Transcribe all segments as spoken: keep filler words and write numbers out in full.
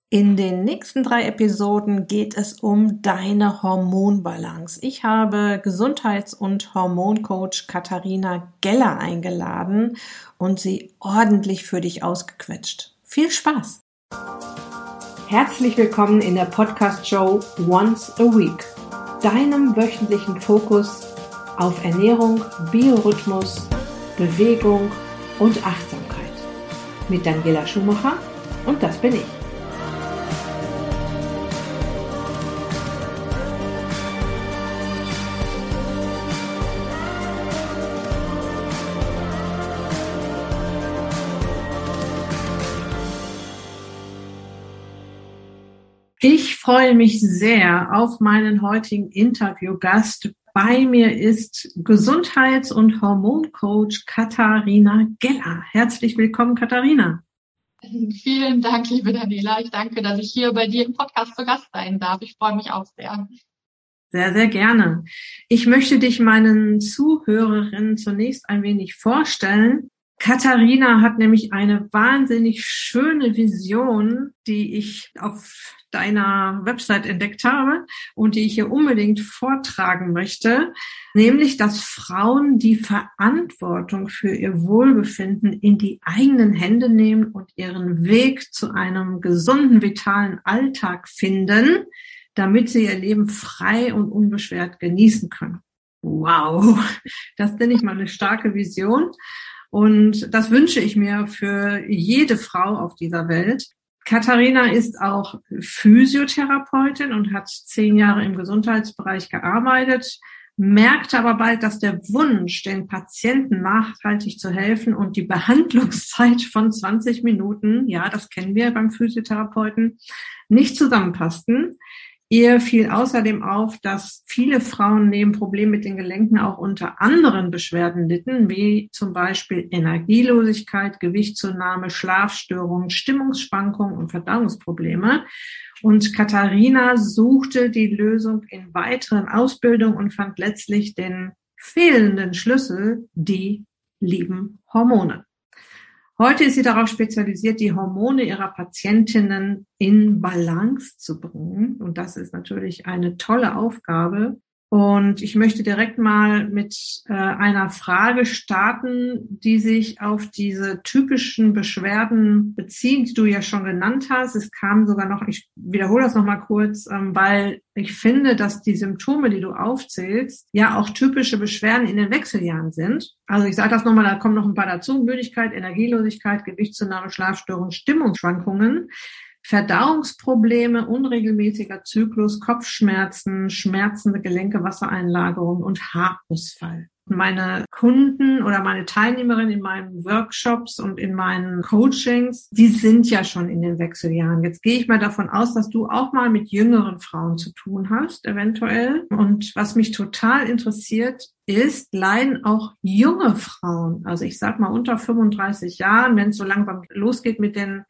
In den nächsten drei Episoden geht es um deine Hormonbalance. Ich habe Gesundheits- und Hormoncoach Katharina Geller eingeladen und sie ordentlich für dich ausgequetscht. Viel Spaß! Herzlich willkommen in der Podcast-Show Once a Week, deinem wöchentlichen Fokus auf Ernährung, Biorhythmus, Bewegung und Achtsamkeit. Mit Daniela Schumacher und das bin ich. Ich freue mich sehr auf meinen heutigen Interviewgast. Bei mir ist Gesundheits- und Hormoncoach Katharina Geller. Herzlich willkommen, Katharina. Vielen Dank, liebe Daniela. Ich danke, dass ich hier bei dir im Podcast zu Gast sein darf. Ich freue mich auch sehr. Sehr, sehr gerne. Ich möchte dich meinen Zuhörerinnen zunächst ein wenig vorstellen. Katharina hat nämlich eine wahnsinnig schöne Vision, die ich auf deiner Website entdeckt habe und die ich hier unbedingt vortragen möchte, nämlich, dass Frauen die Verantwortung für ihr Wohlbefinden in die eigenen Hände nehmen und ihren Weg zu einem gesunden, vitalen Alltag finden, damit sie ihr Leben frei und unbeschwert genießen können. Wow, das finde ich mal eine starke Vision. Und das wünsche ich mir für jede Frau auf dieser Welt. Katharina ist auch Physiotherapeutin und hat zehn Jahre im Gesundheitsbereich gearbeitet, merkte aber bald, dass der Wunsch, den Patienten nachhaltig zu helfen und die Behandlungszeit von zwanzig Minuten, ja, das kennen wir beim Physiotherapeuten, nicht zusammenpassten. Ihr fiel außerdem auf, dass viele Frauen neben Problemen mit den Gelenken auch unter anderen Beschwerden litten, wie zum Beispiel Energielosigkeit, Gewichtszunahme, Schlafstörungen, Stimmungsschwankungen und Verdauungsprobleme. Und Katharina suchte die Lösung in weiteren Ausbildungen und fand letztlich den fehlenden Schlüssel, die lieben Hormone. Heute ist sie darauf spezialisiert, die Hormone ihrer Patientinnen in Balance zu bringen. Und das ist natürlich eine tolle Aufgabe. Und ich möchte direkt mal mit äh, einer Frage starten, die sich auf diese typischen Beschwerden bezieht, die du ja schon genannt hast. Es kam sogar noch, ich wiederhole das nochmal kurz, ähm, weil ich finde, dass die Symptome, die du aufzählst, ja auch typische Beschwerden in den Wechseljahren sind. Also ich sage das nochmal, da kommen noch ein paar dazu. Müdigkeit, Energielosigkeit, Gewichtszunahme, Schlafstörungen, Stimmungsschwankungen. Verdauungsprobleme, unregelmäßiger Zyklus, Kopfschmerzen, schmerzende Gelenke, Wassereinlagerung und Haarausfall. Meine Kunden oder meine Teilnehmerinnen in meinen Workshops und in meinen Coachings, die sind ja schon in den Wechseljahren. Jetzt gehe ich mal davon aus, dass du auch mal mit jüngeren Frauen zu tun hast, eventuell. Und was mich total interessiert ist, leiden auch junge Frauen, also ich sag mal unter fünfunddreißig Jahren, wenn es so langsam losgeht mit den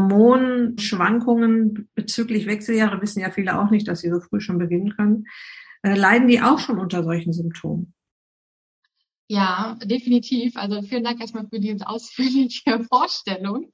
Hormonschwankungen bezüglich Wechseljahre, wissen ja viele auch nicht, dass sie so früh schon beginnen können, äh, leiden die auch schon unter solchen Symptomen? Ja, definitiv. Also vielen Dank erstmal für diese ausführliche Vorstellung.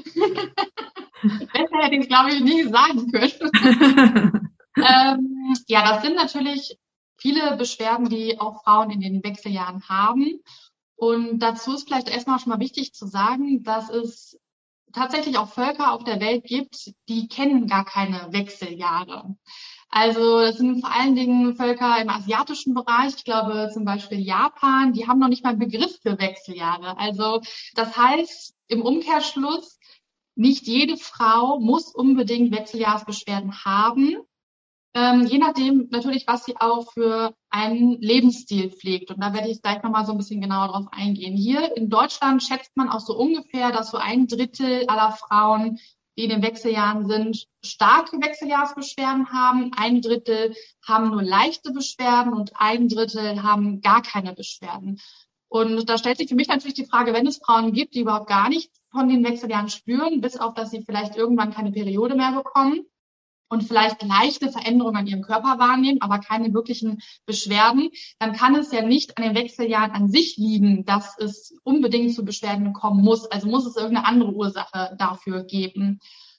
Besser hätte ich es, glaube ich, nie sagen können. ähm, ja, das sind natürlich viele Beschwerden, die auch Frauen in den Wechseljahren haben. Und dazu ist vielleicht erstmal schon mal wichtig zu sagen, dass es tatsächlich auch Völker auf der Welt gibt, die kennen gar keine Wechseljahre. Also das sind vor allen Dingen Völker im asiatischen Bereich, ich glaube zum Beispiel Japan, die haben noch nicht mal einen Begriff für Wechseljahre. Also das heißt im Umkehrschluss, nicht jede Frau muss unbedingt Wechseljahrsbeschwerden haben, ähm, je nachdem natürlich, was sie auch für einen Lebensstil pflegt. Und da werde ich gleich nochmal so ein bisschen genauer drauf eingehen. Hier in Deutschland schätzt man auch so ungefähr, dass so ein Drittel aller Frauen, die in den Wechseljahren sind, starke Wechseljahrsbeschwerden haben. Ein Drittel haben nur leichte Beschwerden und ein Drittel haben gar keine Beschwerden. Und da stellt sich für mich natürlich die Frage, wenn es Frauen gibt, die überhaupt gar nichts von den Wechseljahren spüren, bis auf, dass sie vielleicht irgendwann keine Periode mehr bekommen und vielleicht leichte Veränderungen an ihrem Körper wahrnehmen, aber keine wirklichen Beschwerden, dann kann es ja nicht an den Wechseljahren an sich liegen, dass es unbedingt zu Beschwerden kommen muss. Also muss es irgendeine andere Ursache dafür geben.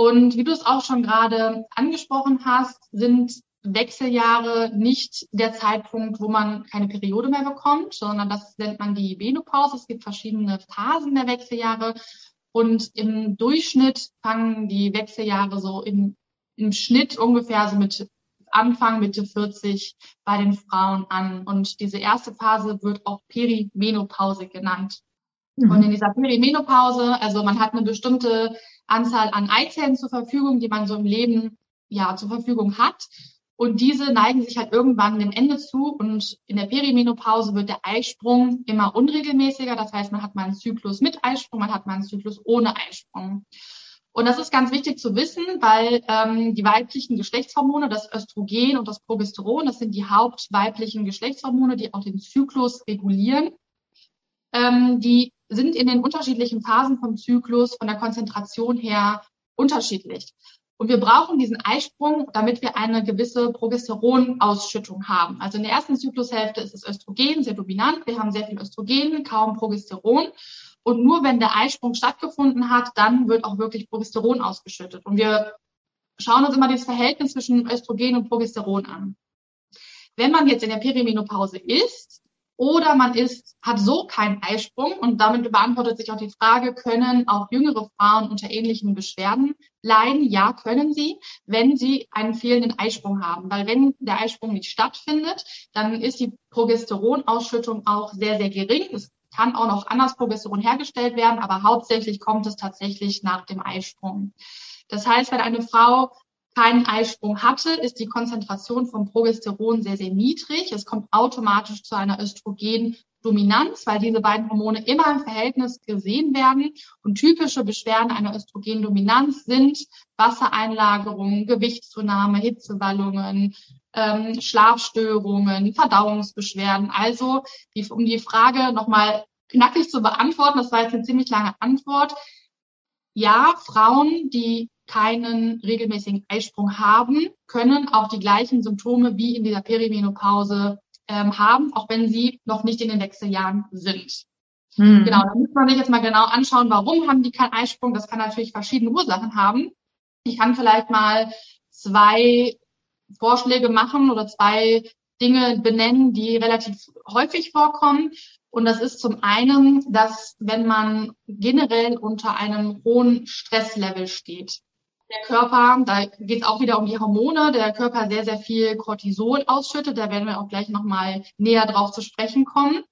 Und wie du es auch schon gerade angesprochen hast, sind Wechseljahre nicht der Zeitpunkt, wo man keine Periode mehr bekommt, sondern das nennt man die Menopause. Es gibt verschiedene Phasen der Wechseljahre und im Durchschnitt fangen die Wechseljahre so im, im Schnitt ungefähr so mit Anfang, Mitte vierzig bei den Frauen an. Und diese erste Phase wird auch Perimenopause genannt. Mhm. Und in dieser Perimenopause, also man hat eine bestimmte Anzahl an Eizellen zur Verfügung, die man so im Leben ja zur Verfügung hat. Und diese neigen sich halt irgendwann dem Ende zu. Und in der Perimenopause wird der Eisprung immer unregelmäßiger. Das heißt, man hat mal einen Zyklus mit Eisprung, man hat mal einen Zyklus ohne Eisprung. Und das ist ganz wichtig zu wissen, weil ähm, die weiblichen Geschlechtshormone, das Östrogen und das Progesteron, das sind die hauptweiblichen Geschlechtshormone, die auch den Zyklus regulieren. Ähm, die sind in den unterschiedlichen Phasen vom Zyklus von der Konzentration her unterschiedlich. Und wir brauchen diesen Eisprung, damit wir eine gewisse Progesteronausschüttung haben. Also in der ersten Zyklushälfte ist das Östrogen sehr dominant. Wir haben sehr viel Östrogen, kaum Progesteron. Und nur wenn der Eisprung stattgefunden hat, dann wird auch wirklich Progesteron ausgeschüttet. Und wir schauen uns immer das Verhältnis zwischen Östrogen und Progesteron an. Wenn man jetzt in der Perimenopause ist oder man ist, hat so keinen Eisprung, und damit beantwortet sich auch die Frage, können auch jüngere Frauen unter ähnlichen Beschwerden leiden? Ja, können sie, wenn sie einen fehlenden Eisprung haben. Weil wenn der Eisprung nicht stattfindet, dann ist die Progesteronausschüttung auch sehr, sehr gering. Es kann auch noch anders Progesteron hergestellt werden, aber hauptsächlich kommt es tatsächlich nach dem Eisprung. Das heißt, wenn eine Frau keinen Eisprung hatte, ist die Konzentration von Progesteron sehr, sehr niedrig. Es kommt automatisch zu einer Östrogendominanz, weil diese beiden Hormone immer im Verhältnis gesehen werden. Und typische Beschwerden einer Östrogendominanz sind Wassereinlagerungen, Gewichtszunahme, Hitzewallungen, ähm, Schlafstörungen, Verdauungsbeschwerden. Also, die, um die Frage nochmal knackig zu beantworten, das war jetzt eine ziemlich lange Antwort. Ja, Frauen, die keinen regelmäßigen Eisprung haben, können auch die gleichen Symptome wie in dieser Perimenopause ähm, haben, auch wenn sie noch nicht in den Wechseljahren sind. Hm. Genau, da muss man sich jetzt mal genau anschauen, warum haben die keinen Eisprung. Das kann natürlich verschiedene Ursachen haben. Ich kann vielleicht mal zwei Vorschläge machen oder zwei Dinge benennen, die relativ häufig vorkommen. Und das ist zum einen, dass wenn man generell unter einem hohen Stresslevel steht, der Körper, da geht es auch wieder um die Hormone, der Körper sehr, sehr viel Cortisol ausschüttet, da werden wir auch gleich nochmal näher drauf zu sprechen kommen,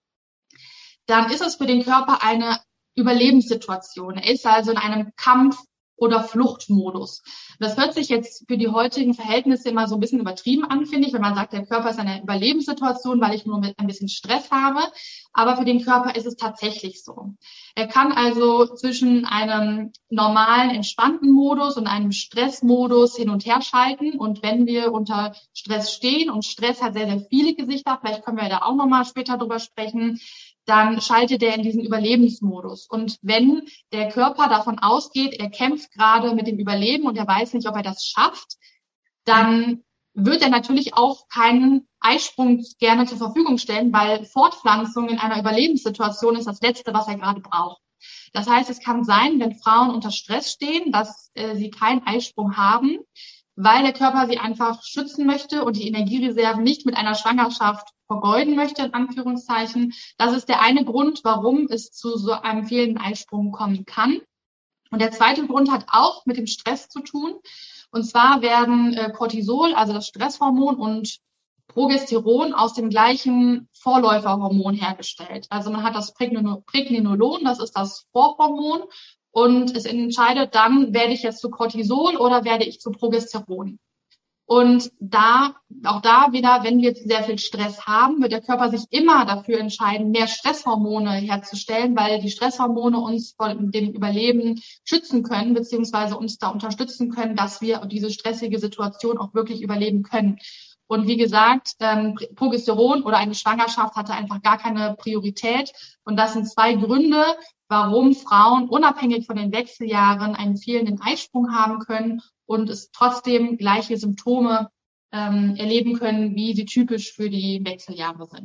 dann ist es für den Körper eine Überlebenssituation. Er ist also in einem Kampf- oder Fluchtmodus. Das hört sich jetzt für die heutigen Verhältnisse immer so ein bisschen übertrieben an, finde ich, wenn man sagt, der Körper ist in einer Überlebenssituation, weil ich nur mit ein bisschen Stress habe. Aber für den Körper ist es tatsächlich so. Er kann also zwischen einem normalen, entspannten Modus und einem Stressmodus hin und her schalten. Und wenn wir unter Stress stehen, und Stress hat sehr, sehr viele Gesichter, vielleicht können wir da auch nochmal später drüber sprechen, dann schaltet er in diesen Überlebensmodus. Und wenn der Körper davon ausgeht, er kämpft gerade mit dem Überleben und er weiß nicht, ob er das schafft, dann wird er natürlich auch keinen Eisprung gerne zur Verfügung stellen, weil Fortpflanzung in einer Überlebenssituation ist das Letzte, was er gerade braucht. Das heißt, es kann sein, wenn Frauen unter Stress stehen, dass äh, sie keinen Eisprung haben, weil der Körper sie einfach schützen möchte und die Energiereserven nicht mit einer Schwangerschaft vergeuden möchte, in Anführungszeichen. Das ist der eine Grund, warum es zu so einem fehlenden Eisprung kommen kann. Und der zweite Grund hat auch mit dem Stress zu tun. Und zwar werden äh, Cortisol, also das Stresshormon, und Progesteron aus dem gleichen Vorläuferhormon hergestellt. Also man hat das Pregnenolon, das ist das Vorhormon. Und es entscheidet dann, werde ich jetzt zu Cortisol oder werde ich zu Progesteron. Und da, auch da wieder, wenn wir sehr viel Stress haben, wird der Körper sich immer dafür entscheiden, mehr Stresshormone herzustellen, weil die Stresshormone uns vor dem Überleben schützen können, beziehungsweise uns da unterstützen können, dass wir diese stressige Situation auch wirklich überleben können. Und wie gesagt, ähm, Progesteron oder eine Schwangerschaft hatte einfach gar keine Priorität. Und das sind zwei Gründe, warum Frauen unabhängig von den Wechseljahren einen fehlenden Eisprung haben können und es trotzdem gleiche Symptome ähm, erleben können, wie sie typisch für die Wechseljahre sind.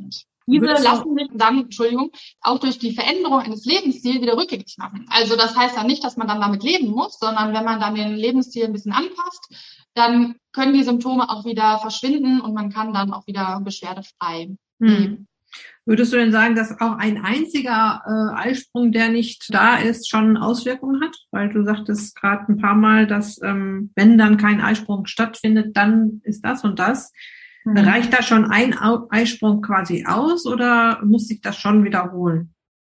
Diese lassen sich dann, Entschuldigung, auch durch die Veränderung eines Lebensstils wieder rückgängig machen. Also das heißt dann nicht, dass man dann damit leben muss, sondern wenn man dann den Lebensstil ein bisschen anpasst, dann können die Symptome auch wieder verschwinden und man kann dann auch wieder beschwerdefrei leben. Hm. Würdest du denn sagen, dass auch ein einziger äh, Eisprung, der nicht da ist, schon Auswirkungen hat? Weil du sagtest gerade ein paar Mal, dass ähm, wenn dann kein Eisprung stattfindet, dann ist das und das. Mhm. Reicht da schon ein Eisprung quasi aus oder muss sich das schon wiederholen?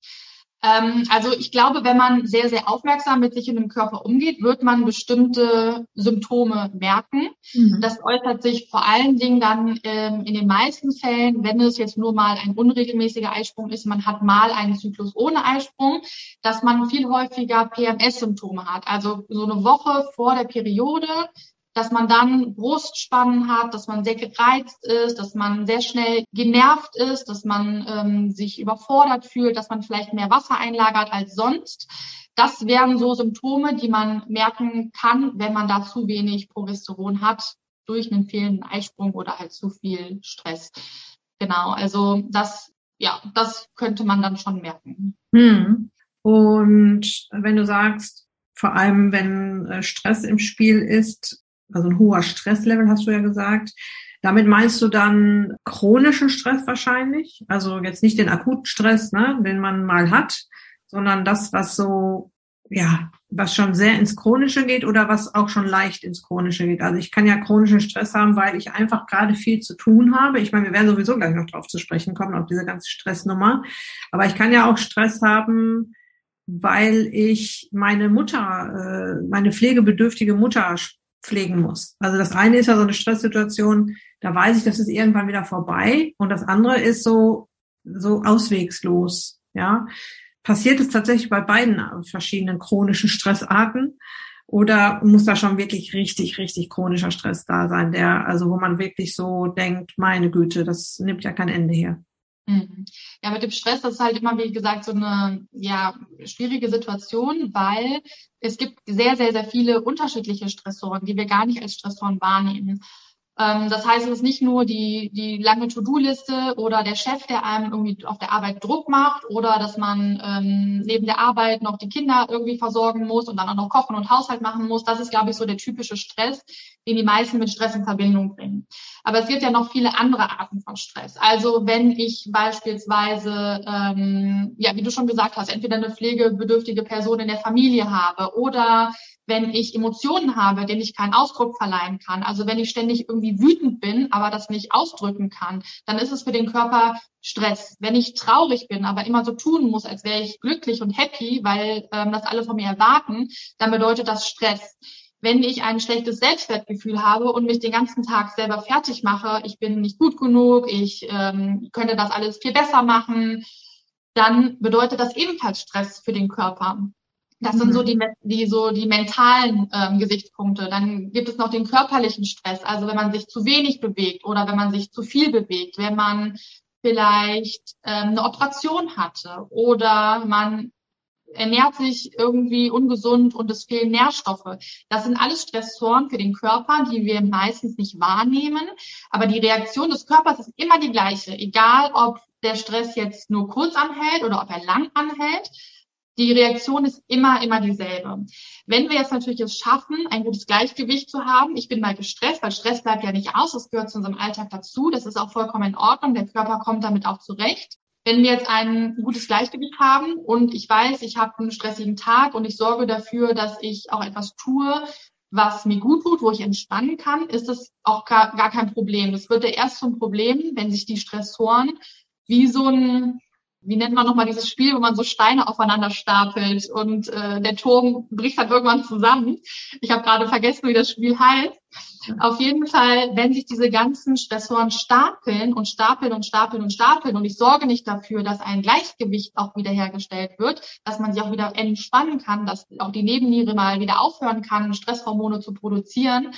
Ähm, also ich glaube, wenn man sehr, sehr aufmerksam mit sich und dem Körper umgeht, wird man bestimmte Symptome merken. Mhm. Das äußert sich vor allen Dingen dann ähm, in den meisten Fällen, wenn es jetzt nur mal ein unregelmäßiger Eisprung ist, man hat mal einen Zyklus ohne Eisprung, dass man viel häufiger P M S-Symptome hat. Also so eine Woche vor der Periode, dass man dann Brustspannen hat, dass man sehr gereizt ist, dass man sehr schnell genervt ist, dass man ähm, sich überfordert fühlt, dass man vielleicht mehr Wasser einlagert als sonst. Das wären so Symptome, die man merken kann, wenn man da zu wenig Progesteron hat durch einen fehlenden Eisprung oder halt zu viel Stress. Genau, also das, ja, das könnte man dann schon merken. Hm. Und wenn du sagst, vor allem wenn Stress im Spiel ist, also ein hoher Stresslevel, hast du ja gesagt. Damit meinst du dann chronischen Stress wahrscheinlich? Also jetzt nicht den akuten Stress, ne, den man mal hat, sondern das, was so, ja, was schon sehr ins Chronische geht oder was auch schon leicht ins Chronische geht. Also ich kann ja chronischen Stress haben, weil ich einfach gerade viel zu tun habe. Ich meine, wir werden sowieso gleich noch drauf zu sprechen kommen, auf diese ganze Stressnummer. Aber ich kann ja auch Stress haben, weil ich meine Mutter, meine pflegebedürftige Mutter pflegen muss. Also das eine ist ja so eine Stresssituation, da weiß ich, das ist irgendwann wieder vorbei. Und das andere ist so, so auswegslos, ja. Passiert es tatsächlich bei beiden verschiedenen chronischen Stressarten? Oder muss da schon wirklich richtig, richtig chronischer Stress da sein, der, also wo man wirklich so denkt, meine Güte, das nimmt ja kein Ende her. Ja, mit dem Stress, das ist halt immer, wie gesagt, so eine ja schwierige Situation, weil es gibt sehr, sehr, sehr viele unterschiedliche Stressoren, die wir gar nicht als Stressoren wahrnehmen. Ähm, das heißt, es ist nicht nur die, die lange To-Do-Liste oder der Chef, der einem irgendwie auf der Arbeit Druck macht oder dass man ähm, neben der Arbeit noch die Kinder irgendwie versorgen muss und dann auch noch kochen und Haushalt machen muss. Das ist, glaube ich, so der typische Stress, den die meisten mit Stress in Verbindung bringen. Aber es gibt ja noch viele andere Arten von Stress. Also wenn ich beispielsweise, ähm, ja, wie du schon gesagt hast, entweder eine pflegebedürftige Person in der Familie habe oder wenn ich Emotionen habe, denen ich keinen Ausdruck verleihen kann. Also wenn ich ständig irgendwie wütend bin, aber das nicht ausdrücken kann, dann ist es für den Körper Stress. Wenn ich traurig bin, aber immer so tun muss, als wäre ich glücklich und happy, weil ähm, das alle von mir erwarten, dann bedeutet das Stress. Wenn ich ein schlechtes Selbstwertgefühl habe und mich den ganzen Tag selber fertig mache, ich bin nicht gut genug, ich ähm, könnte das alles viel besser machen, dann bedeutet das ebenfalls Stress für den Körper. Das sind so die, die, so die mentalen ähm, Gesichtspunkte. Dann gibt es noch den körperlichen Stress, also wenn man sich zu wenig bewegt oder wenn man sich zu viel bewegt, wenn man vielleicht ähm, eine Operation hatte oder man ernährt sich irgendwie ungesund und es fehlen Nährstoffe. Das sind alles Stressoren für den Körper, die wir meistens nicht wahrnehmen. Aber die Reaktion des Körpers ist immer die gleiche, egal ob der Stress jetzt nur kurz anhält oder ob er lang anhält. Die Reaktion ist immer, immer dieselbe. Wenn wir jetzt natürlich es schaffen, ein gutes Gleichgewicht zu haben, ich bin mal gestresst, weil Stress bleibt ja nicht aus, das gehört zu unserem Alltag dazu, das ist auch vollkommen in Ordnung, der Körper kommt damit auch zurecht. Wenn wir jetzt ein gutes Gleichgewicht haben und ich weiß, ich habe einen stressigen Tag und ich sorge dafür, dass ich auch etwas tue, was mir gut tut, wo ich entspannen kann, ist das auch gar, gar kein Problem. Das wird ja erst zum Problem, wenn sich die Stressoren wie so ein, wie nennt man nochmal dieses Spiel, wo man so Steine aufeinander stapelt und äh, der Turm bricht dann irgendwann zusammen. Ich habe gerade vergessen, wie das Spiel heißt. Auf jeden Fall, wenn sich diese ganzen Stressoren stapeln und stapeln und stapeln und stapeln und ich sorge nicht dafür, dass ein Gleichgewicht auch wiederhergestellt wird, dass man sich auch wieder entspannen kann, dass auch die Nebenniere mal wieder aufhören kann, Stresshormone zu produzieren,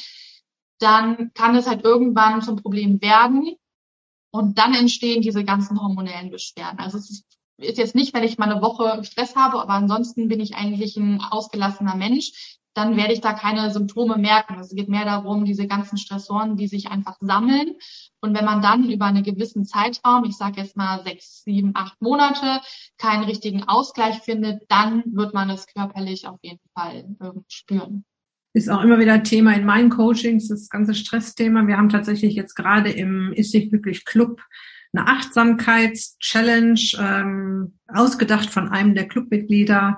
dann kann es halt irgendwann zum Problem werden und dann entstehen diese ganzen hormonellen Beschwerden. Also es ist, ist jetzt nicht, wenn ich mal eine Woche Stress habe, aber ansonsten bin ich eigentlich ein ausgelassener Mensch. dann werde ich da keine Symptome merken. Es geht mehr darum, diese ganzen Stressoren, die sich einfach sammeln. Und wenn man dann über einen gewissen Zeitraum, ich sage jetzt mal sechs, sieben, acht Monate, keinen richtigen Ausgleich findet, dann wird man es körperlich auf jeden Fall irgendwie spüren. Ist auch immer wieder Thema in meinen Coachings, das ganze Stressthema. Wir haben tatsächlich jetzt gerade im Ist dich glücklich Club eine Achtsamkeits-Challenge ähm, ausgedacht von einem der Clubmitglieder.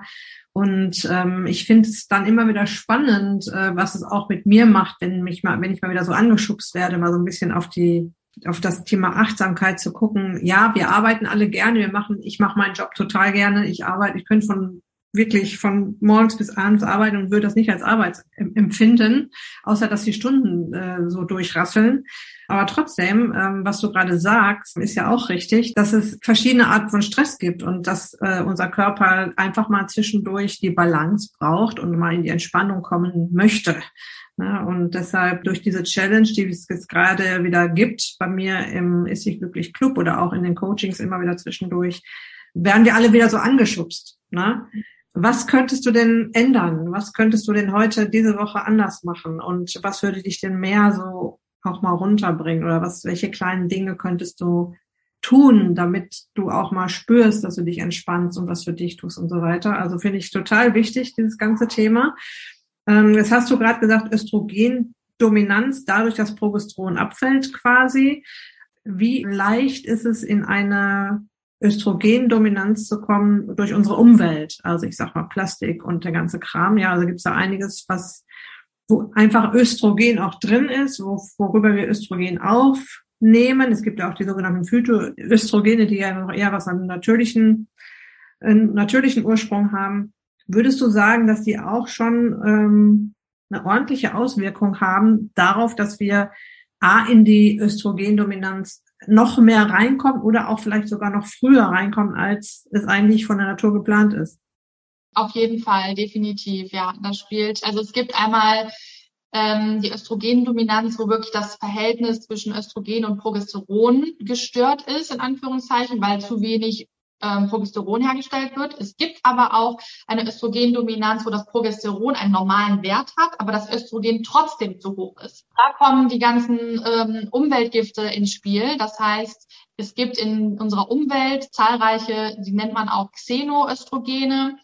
Und ähm, ich finde es dann immer wieder spannend, äh, was es auch mit mir macht, wenn mich mal, wenn ich mal wieder so angeschubst werde, mal so ein bisschen auf die, auf das Thema Achtsamkeit zu gucken. Ja, wir arbeiten alle gerne, wir machen, ich mache meinen Job total gerne. Ich arbeite, ich könnte von wirklich von morgens bis abends arbeiten und würde das nicht als Arbeit empfinden, außer dass die Stunden äh, so durchrasseln. Aber trotzdem, ähm, was du gerade sagst, ist ja auch richtig, dass es verschiedene Arten von Stress gibt und dass äh, unser Körper einfach mal zwischendurch die Balance braucht und mal in die Entspannung kommen möchte. Ja, und deshalb durch diese Challenge, die es jetzt gerade wieder gibt, bei mir im Ist dich glücklich Club oder auch in den Coachings immer wieder zwischendurch, werden wir alle wieder so angeschubst. Ne? Was könntest du denn ändern? Was könntest du denn heute, diese Woche anders machen? Und was würde dich denn mehr so auch mal runterbringen? Oder was, welche kleinen Dinge könntest du tun, damit du auch mal spürst, dass du dich entspannst und was für dich tust und so weiter? Also finde ich total wichtig, dieses ganze Thema. Ähm, jetzt hast du gerade gesagt, Östrogendominanz, dadurch, dass Progesteron abfällt quasi. Wie leicht ist es, in eine Östrogendominanz zu kommen durch unsere Umwelt? Also ich sag mal Plastik und der ganze Kram. Ja, also gibt's da einiges, was wo einfach Östrogen auch drin ist, wo, worüber wir Östrogen aufnehmen. Es gibt ja auch die sogenannten Phytoöstrogene, die ja noch eher was an natürlichen, einen natürlichen Ursprung haben. Würdest du sagen, dass die auch schon ähm, eine ordentliche Auswirkung haben darauf, dass wir A, in die Östrogendominanz noch mehr reinkommen oder auch vielleicht sogar noch früher reinkommen, als es eigentlich von der Natur geplant ist? Auf jeden Fall, definitiv, ja. Das spielt, also es gibt einmal ähm, die Östrogendominanz, wo wirklich das Verhältnis zwischen Östrogen und Progesteron gestört ist, in Anführungszeichen, weil zu wenig ähm, Progesteron hergestellt wird. Es gibt aber auch eine Östrogendominanz, wo das Progesteron einen normalen Wert hat, aber das Östrogen trotzdem zu hoch ist. Da kommen die ganzen ähm, Umweltgifte ins Spiel. Das heißt, es gibt in unserer Umwelt zahlreiche, die nennt man auch Xenoöstrogene.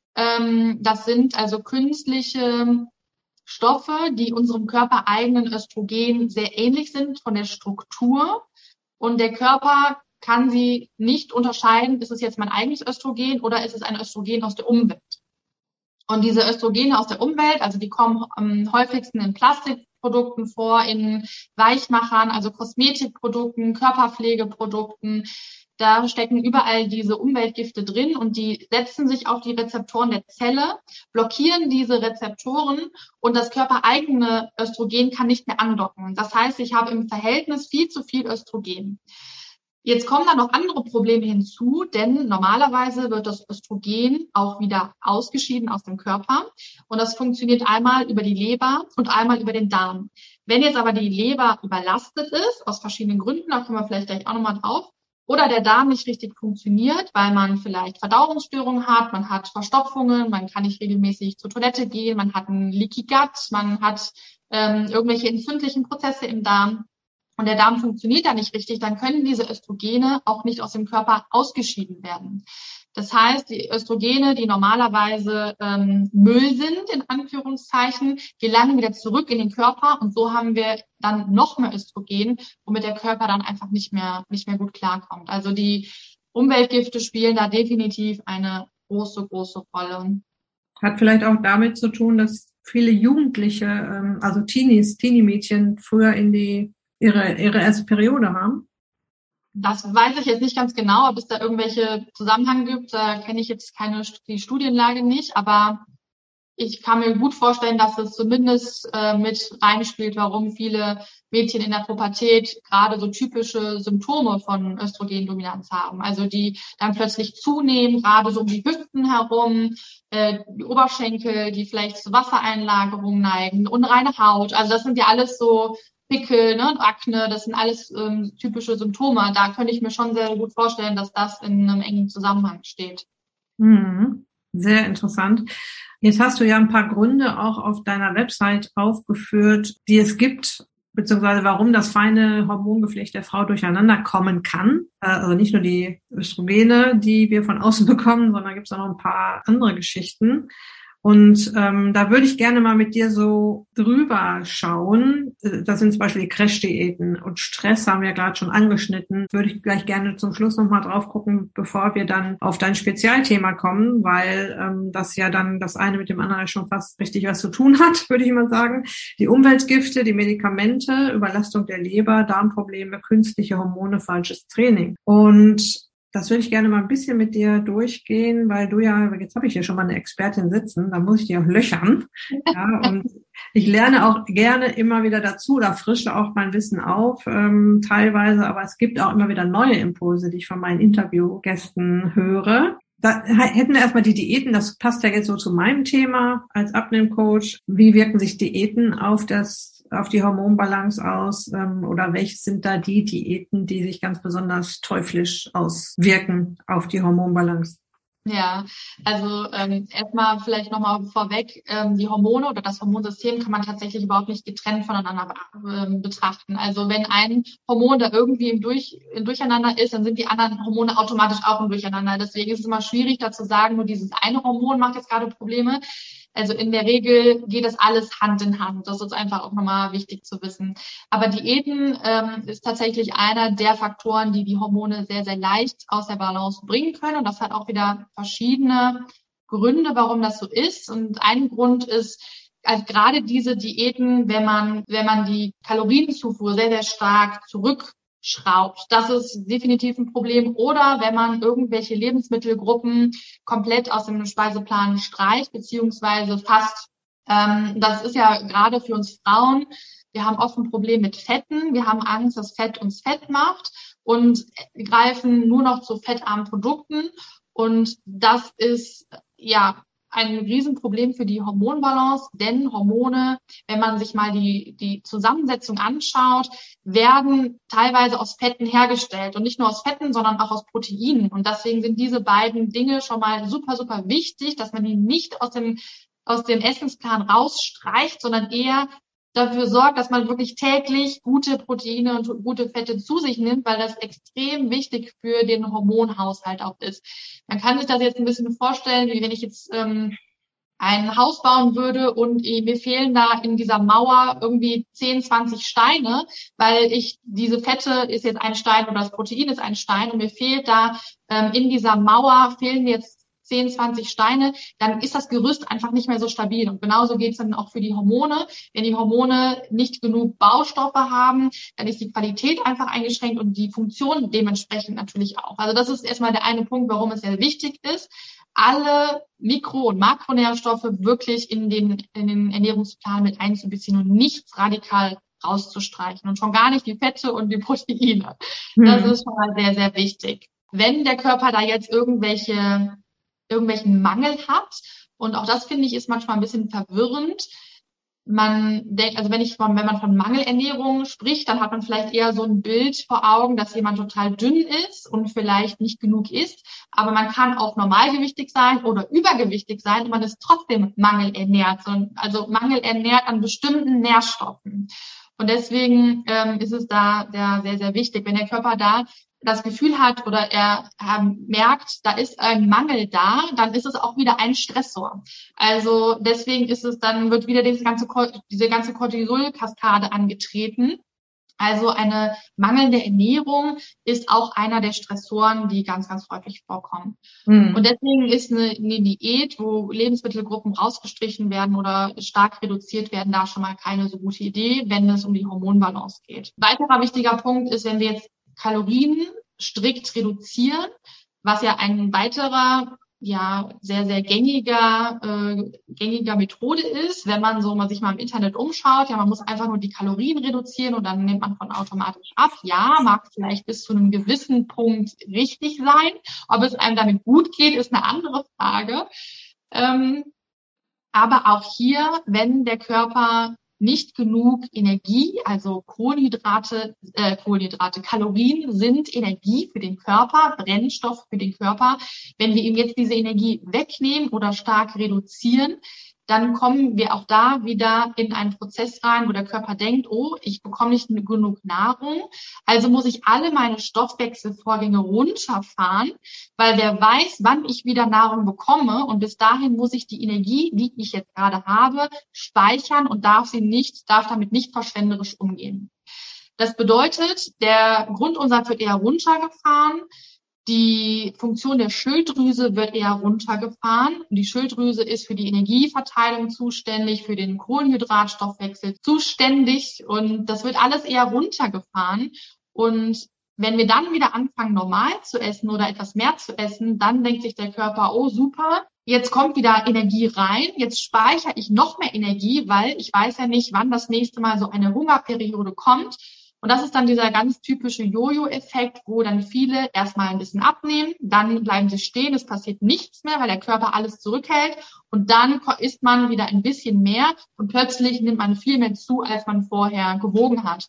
Ähm, das sind also künstliche Stoffe, die unserem körpereigenen Östrogen sehr ähnlich sind von der Struktur. Und der Körper kann sie nicht unterscheiden, ist es jetzt mein eigenes Östrogen oder ist es ein Östrogen aus der Umwelt. Und diese Östrogene aus der Umwelt, also die kommen am häufigsten in Plastikprodukten vor, in Weichmachern, also Kosmetikprodukten, Körperpflegeprodukten. Da stecken überall diese Umweltgifte drin und die setzen sich auf die Rezeptoren der Zelle, blockieren diese Rezeptoren und das körpereigene Östrogen kann nicht mehr andocken. Das heißt, ich habe im Verhältnis viel zu viel Östrogen. Jetzt kommen da noch andere Probleme hinzu, denn normalerweise wird das Östrogen auch wieder ausgeschieden aus dem Körper und das funktioniert einmal über die Leber und einmal über den Darm. Wenn jetzt aber die Leber überlastet ist, aus verschiedenen Gründen, da kommen wir vielleicht gleich auch nochmal drauf, oder der Darm nicht richtig funktioniert, weil man vielleicht Verdauungsstörungen hat, man hat Verstopfungen, man kann nicht regelmäßig zur Toilette gehen, man hat einen Leaky Gut, man hat ähm, irgendwelche entzündlichen Prozesse im Darm und der Darm funktioniert da nicht richtig, dann können diese Östrogene auch nicht aus dem Körper ausgeschieden werden. Das heißt, die Östrogene, die normalerweise ähm, Müll sind, in Anführungszeichen, gelangen wieder zurück in den Körper und so haben wir dann noch mehr Östrogen, womit der Körper dann einfach nicht mehr, nicht mehr gut klarkommt. Also die Umweltgifte spielen da definitiv eine große, große Rolle. Hat vielleicht auch damit zu tun, dass viele Jugendliche, ähm, also Teenies, Teenie-Mädchen früher in die ihre, ihre erste Periode haben? Das weiß ich jetzt nicht ganz genau, ob es da irgendwelche Zusammenhänge gibt. Da kenne ich jetzt keine die Studienlage nicht, aber ich kann mir gut vorstellen, dass es zumindest äh, mit reinspielt, warum viele Mädchen in der Pubertät gerade so typische Symptome von Östrogendominanz haben. Also die dann plötzlich zunehmen, gerade so um die Hüften herum, äh, die Oberschenkel, die vielleicht zu Wassereinlagerungen neigen, unreine Haut. Also das sind ja alles so Pickel, ne, Akne, das sind alles ähm, typische Symptome. Da könnte ich mir schon sehr gut vorstellen, dass das in einem engen Zusammenhang steht. Mhm. Sehr interessant. Jetzt hast du ja ein paar Gründe auch auf deiner Website aufgeführt, die es gibt, beziehungsweise warum das feine Hormongeflecht der Frau durcheinander kommen kann. Also nicht nur die Östrogene, die wir von außen bekommen, sondern gibt es auch noch ein paar andere Geschichten. Und ähm, da würde ich gerne mal mit dir so drüber schauen. Das sind zum Beispiel die Crash-Diäten und Stress haben wir gerade schon angeschnitten. Würde ich gleich gerne zum Schluss nochmal drauf gucken, bevor wir dann auf dein Spezialthema kommen, weil ähm, das ja dann das eine mit dem anderen schon fast richtig was zu tun hat, würde ich mal sagen. Die Umweltgifte, die Medikamente, Überlastung der Leber, Darmprobleme, künstliche Hormone, falsches Training. Und das würde ich gerne mal ein bisschen mit dir durchgehen, weil du ja, jetzt habe ich hier schon mal eine Expertin sitzen, da muss ich die auch löchern. Ja, und ich lerne auch gerne immer wieder dazu oder frische auch mein Wissen auf, ähm, teilweise, aber es gibt auch immer wieder neue Impulse, die ich von meinen Interviewgästen höre. Da hätten wir erstmal die Diäten, das passt ja jetzt so zu meinem Thema als Abnehmcoach. Wie wirken sich Diäten auf das auf die Hormonbalance aus, ähm, oder welche sind da die Diäten, die sich ganz besonders teuflisch auswirken auf die Hormonbalance? Ja, also ähm, erstmal vielleicht nochmal vorweg, ähm, die Hormone oder das Hormonsystem kann man tatsächlich überhaupt nicht getrennt voneinander ähm, betrachten. Also wenn ein Hormon da irgendwie im, Durch, im Durcheinander ist, dann sind die anderen Hormone automatisch auch im Durcheinander. Deswegen ist es immer schwierig, da zu sagen, nur dieses eine Hormon macht jetzt gerade Probleme. Also in der Regel geht das alles Hand in Hand. Das ist einfach auch nochmal wichtig zu wissen. Aber Diäten ähm, ist tatsächlich einer der Faktoren, die die Hormone sehr, sehr leicht aus der Balance bringen können. Und das hat auch wieder verschiedene Gründe, warum das so ist. Und ein Grund ist, also gerade diese Diäten, wenn man, wenn man die Kalorienzufuhr sehr, sehr stark zurück schraubt. Das ist definitiv ein Problem. Oder wenn man irgendwelche Lebensmittelgruppen komplett aus dem Speiseplan streicht, beziehungsweise fast. Ähm, das ist ja gerade für uns Frauen, wir haben oft ein Problem mit Fetten. Wir haben Angst, dass Fett uns fett macht und greifen nur noch zu fettarmen Produkten. Und das ist, ja, ein Riesenproblem für die Hormonbalance, denn Hormone, wenn man sich mal die, die Zusammensetzung anschaut, werden teilweise aus Fetten hergestellt und nicht nur aus Fetten, sondern auch aus Proteinen. Und deswegen sind diese beiden Dinge schon mal super, super wichtig, dass man die nicht aus dem, aus dem Essensplan rausstreicht, sondern eher dafür sorgt, dass man wirklich täglich gute Proteine und gute Fette zu sich nimmt, weil das extrem wichtig für den Hormonhaushalt auch ist. Man kann sich das jetzt ein bisschen vorstellen, wie wenn ich jetzt ähm, ein Haus bauen würde und äh, mir fehlen da in dieser Mauer irgendwie zehn, zwanzig Steine, weil ich diese Fette ist jetzt ein Stein oder das Protein ist ein Stein und mir fehlt da ähm, in dieser Mauer fehlen mir jetzt zehn, zwanzig Steine, dann ist das Gerüst einfach nicht mehr so stabil. Und genauso geht es dann auch für die Hormone. Wenn die Hormone nicht genug Baustoffe haben, dann ist die Qualität einfach eingeschränkt und die Funktion dementsprechend natürlich auch. Also das ist erstmal der eine Punkt, warum es sehr wichtig ist, alle Mikro- und Makronährstoffe wirklich in den, in den Ernährungsplan mit einzubeziehen und nichts radikal rauszustreichen und schon gar nicht die Fette und die Proteine. Das hm. ist schon mal sehr, sehr wichtig. Wenn der Körper da jetzt irgendwelche irgendwelchen Mangel hat. Und auch das, finde ich, ist manchmal ein bisschen verwirrend. Man denkt, also wenn ich von, wenn man von Mangelernährung spricht, dann hat man vielleicht eher so ein Bild vor Augen, dass jemand total dünn ist und vielleicht nicht genug isst. Aber man kann auch normalgewichtig sein oder übergewichtig sein und man ist trotzdem mangelernährt. Also mangelernährt an bestimmten Nährstoffen. Und deswegen ähm, ist es da sehr, sehr, sehr wichtig, wenn der Körper da das Gefühl hat oder er ähm, merkt, da ist ein Mangel da, dann ist es auch wieder ein Stressor. Also deswegen ist es dann, wird wieder diese ganze, diese ganze Cortisol-Kaskade angetreten. Also eine mangelnde Ernährung ist auch einer der Stressoren, die ganz, ganz häufig vorkommen. Mhm. Und deswegen ist eine, eine Diät, wo Lebensmittelgruppen rausgestrichen werden oder stark reduziert werden, da schon mal keine so gute Idee, wenn es um die Hormonbalance geht. Weiterer wichtiger Punkt ist, wenn wir jetzt Kalorien strikt reduzieren, was ja ein weiterer, ja, sehr, sehr gängiger, äh, gängiger Methode ist, wenn man so mal sich mal im Internet umschaut. Ja, man muss einfach nur die Kalorien reduzieren und dann nimmt man von automatisch ab. Ja, mag vielleicht bis zu einem gewissen Punkt richtig sein. Ob es einem damit gut geht, ist eine andere Frage. Ähm, aber auch hier, wenn der Körper nicht genug Energie, also Kohlenhydrate, äh, Kohlenhydrate, Kalorien sind Energie für den Körper, Brennstoff für den Körper. Wenn wir ihm jetzt diese Energie wegnehmen oder stark reduzieren, dann kommen wir auch da wieder in einen Prozess rein, wo der Körper denkt, oh, ich bekomme nicht genug Nahrung, also muss ich alle meine Stoffwechselvorgänge runterfahren, weil wer weiß, wann ich wieder Nahrung bekomme, und bis dahin muss ich die Energie, die ich jetzt gerade habe, speichern und darf sie nicht, darf damit nicht verschwenderisch umgehen. Das bedeutet, der Grundumsatz wird eher runtergefahren. Die Funktion der Schilddrüse wird eher runtergefahren. Die Schilddrüse ist für die Energieverteilung zuständig, für den Kohlenhydratstoffwechsel zuständig, und das wird alles eher runtergefahren. Und wenn wir dann wieder anfangen, normal zu essen oder etwas mehr zu essen, dann denkt sich der Körper, oh super, jetzt kommt wieder Energie rein, jetzt speichere ich noch mehr Energie, weil ich weiß ja nicht, wann das nächste Mal so eine Hungerperiode kommt. Und das ist dann dieser ganz typische Jojo-Effekt, wo dann viele erstmal ein bisschen abnehmen, dann bleiben sie stehen, es passiert nichts mehr, weil der Körper alles zurückhält, und dann isst man wieder ein bisschen mehr und plötzlich nimmt man viel mehr zu, als man vorher gewogen hat.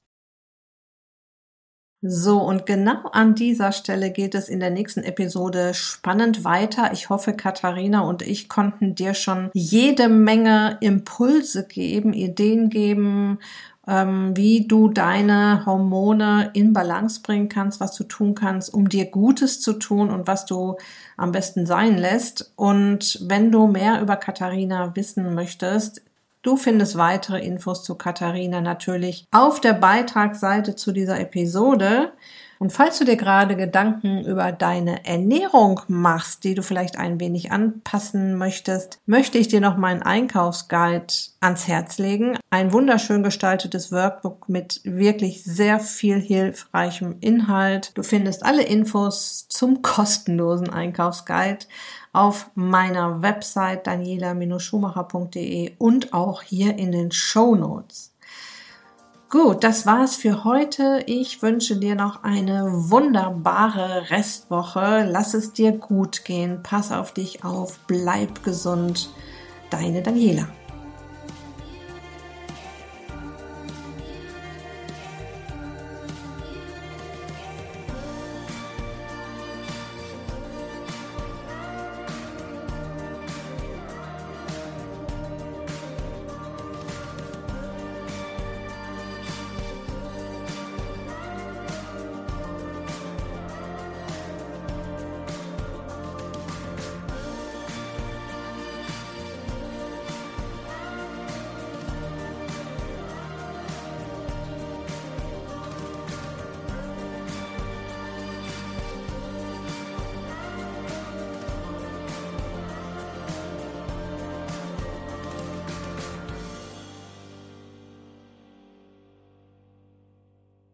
So, und genau an dieser Stelle geht es in der nächsten Episode spannend weiter. Ich hoffe, Katharina und ich konnten dir schon jede Menge Impulse geben, Ideen geben, ähm, wie du deine Hormone in Balance bringen kannst, was du tun kannst, um dir Gutes zu tun und was du am besten sein lässt. Und wenn du mehr über Katharina wissen möchtest, du findest weitere Infos zu Katharina natürlich auf der Beitragsseite zu dieser Episode. Und falls du dir gerade Gedanken über deine Ernährung machst, die du vielleicht ein wenig anpassen möchtest, möchte ich dir noch meinen Einkaufsguide ans Herz legen. Ein wunderschön gestaltetes Workbook mit wirklich sehr viel hilfreichem Inhalt. Du findest alle Infos zum kostenlosen Einkaufsguide auf meiner Website daniela Schumacher punkt de und auch hier in den Shownotes. Gut, das war's für heute. Ich wünsche dir noch eine wunderbare Restwoche. Lass es dir gut gehen. Pass auf dich auf. Bleib gesund. Deine Daniela.